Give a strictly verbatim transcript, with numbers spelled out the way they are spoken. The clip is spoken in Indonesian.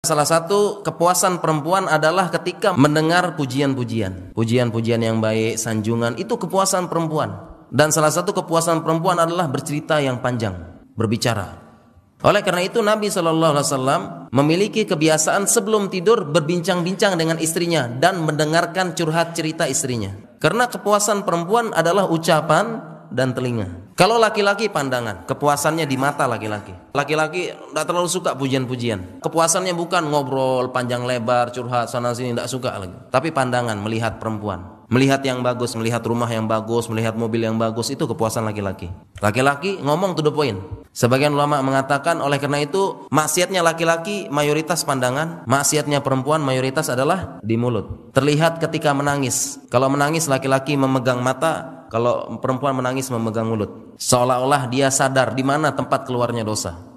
Salah satu kepuasan perempuan adalah ketika mendengar pujian-pujian. Pujian-pujian yang baik, sanjungan, itu kepuasan perempuan. Dan salah satu kepuasan perempuan adalah bercerita yang panjang, berbicara. Oleh karena itu Nabi shallallahu alaihi wasallam memiliki kebiasaan sebelum tidur berbincang-bincang dengan istrinya dan mendengarkan curhat cerita istrinya. Karena kepuasan perempuan adalah ucapan dan telinga. Kalau laki-laki pandangan, kepuasannya di mata laki-laki. Laki-laki tidak terlalu suka pujian-pujian. Kepuasannya bukan ngobrol panjang lebar, curhat sana sini, tidak suka lagi. Tapi pandangan, melihat perempuan, melihat yang bagus, melihat rumah yang bagus, melihat mobil yang bagus, itu kepuasan laki-laki. Laki-laki ngomong to the point. Sebagian ulama mengatakan oleh karena itu maksiatnya laki-laki mayoritas pandangan, maksiatnya perempuan mayoritas adalah di mulut. Terlihat ketika menangis. Kalau menangis laki-laki memegang mata, kalau perempuan menangis memegang mulut. Seolah-olah dia sadar di mana tempat keluarnya dosa.